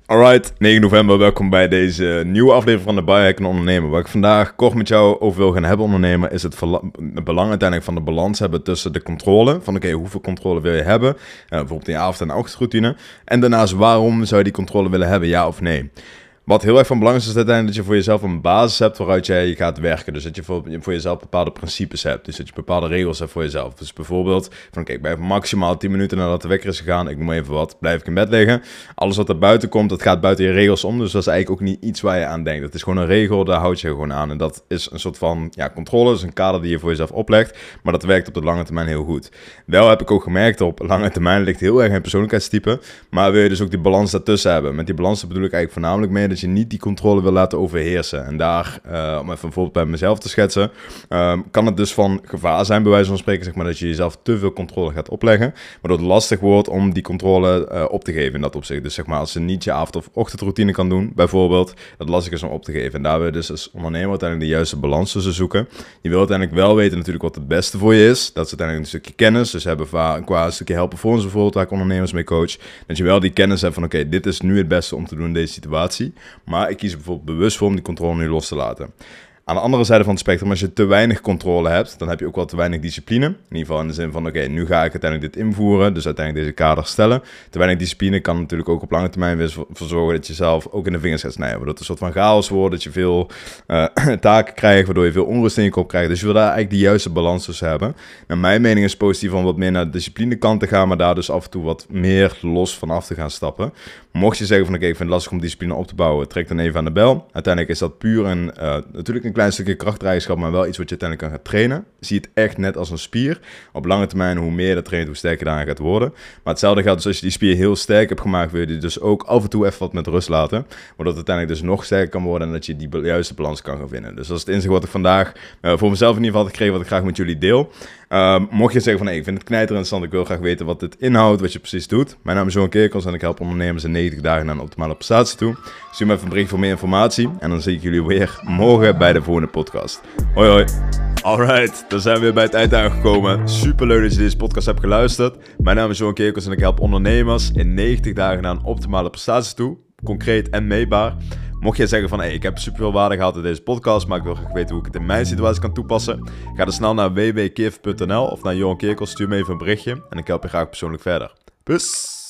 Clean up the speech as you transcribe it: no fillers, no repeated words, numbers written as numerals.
Alright, 9 november, welkom bij deze nieuwe aflevering van de Biohackende Ondernemer. Waar ik vandaag kort met jou over wil gaan hebben, ondernemer, is het belang uiteindelijk van de balans hebben tussen de controle. Van oké, hoeveel controle wil je hebben? Bijvoorbeeld in je avond- en ochtendroutine. En daarnaast, waarom zou je die controle willen hebben, ja of nee? Wat heel erg van belang is uiteindelijk dat je voor jezelf een basis hebt waaruit jij gaat werken. Dus dat je voor jezelf bepaalde principes hebt. Dus dat je bepaalde regels hebt voor jezelf. Dus bijvoorbeeld van oké, ik blijf maximaal 10 minuten nadat de wekker is gegaan. Ik noem even wat, blijf ik in bed liggen. Alles wat er buiten komt, dat gaat buiten je regels om. Dus dat is eigenlijk ook niet iets waar je aan denkt. Dat is gewoon een regel, daar houd je gewoon aan. En dat is een soort van controle, dus een kader die je voor jezelf oplegt. Maar dat werkt op de lange termijn heel goed. Wel heb ik ook gemerkt, op lange termijn ligt heel erg een persoonlijkheidstype. Maar wil je dus ook die balans daartussen hebben. Met die balans bedoel ik eigenlijk voornamelijk mee dat je niet die controle wil laten overheersen. En daar, om even een voorbeeld bij mezelf te schetsen, kan het dus van gevaar zijn, bij wijze van spreken, zeg maar, dat je jezelf te veel controle gaat opleggen, waardoor het lastig wordt om die controle op te geven in dat opzicht. Dus zeg maar, als je niet je avond- of ochtendroutine kan doen, bijvoorbeeld, dat het lastig is om op te geven. En daar wil je dus als ondernemer uiteindelijk de juiste balans tussen zoeken. Je wil uiteindelijk wel weten natuurlijk wat het beste voor je is. Dat is uiteindelijk een stukje kennis. Dus hebben qua een stukje helpen voor ons bijvoorbeeld, waar ik ondernemers mee coach. Dat je wel die kennis hebt van oké, dit is nu het beste om te doen in deze situatie. Maar ik kies er bijvoorbeeld bewust voor om die controle nu los te laten. Aan de andere zijde van het spectrum, als je te weinig controle hebt, dan heb je ook wel te weinig discipline. In ieder geval in de zin van, oké, nu ga ik uiteindelijk dit invoeren, dus uiteindelijk deze kaders stellen. Te weinig discipline kan natuurlijk ook op lange termijn weer voor zorgen dat je zelf ook in de vingers gaat snijden. Waardoor het een soort van chaos wordt, dat je veel taken krijgt, waardoor je veel onrust in je kop krijgt. Dus je wil daar eigenlijk de juiste balans tussen hebben. Naar mijn mening is positief om wat meer naar de discipline kant te gaan, maar daar dus af en toe wat meer los van af te gaan stappen. Mocht je zeggen van, oké, ik vind het lastig om discipline op te bouwen, trek dan even aan de bel. Uiteindelijk is dat puur natuurlijk een klein stukje krachteigenschap, maar wel iets wat je uiteindelijk kan gaan trainen. Zie het echt net als een spier. Op lange termijn, hoe meer je dat traint, hoe sterker je daaraan gaat worden. Maar hetzelfde geldt dus als je die spier heel sterk hebt gemaakt, wil je die dus ook af en toe even wat met rust laten. Waardoor het uiteindelijk dus nog sterker kan worden en dat je die juiste balans kan gaan vinden. Dus dat is het inzicht wat ik vandaag voor mezelf in ieder geval had gekregen, wat ik graag met jullie deel. Mocht je zeggen van, hey, ik vind het knijterinteressant, ik wil graag weten wat dit inhoudt, wat je precies doet. Mijn naam is Johan Kerkels en ik help ondernemers in 90 dagen naar een optimale prestatie toe. Stuur me even een bericht voor meer informatie en dan zie ik jullie weer morgen bij de volgende podcast. Hoi hoi. Alright, dan zijn we weer bij het eind aangekomen. Super leuk dat je deze podcast hebt geluisterd. Mijn naam is Johan Kerkels en ik help ondernemers in 90 dagen naar een optimale prestatie toe. Concreet en meetbaar. Mocht jij zeggen van, hey, ik heb super veel waarde gehad in deze podcast, maar ik wil graag weten hoe ik het in mijn situatie kan toepassen, ga dan snel naar www.kif.nl of naar Johan Kerkels, stuur me even een berichtje en ik help je graag persoonlijk verder. Peace!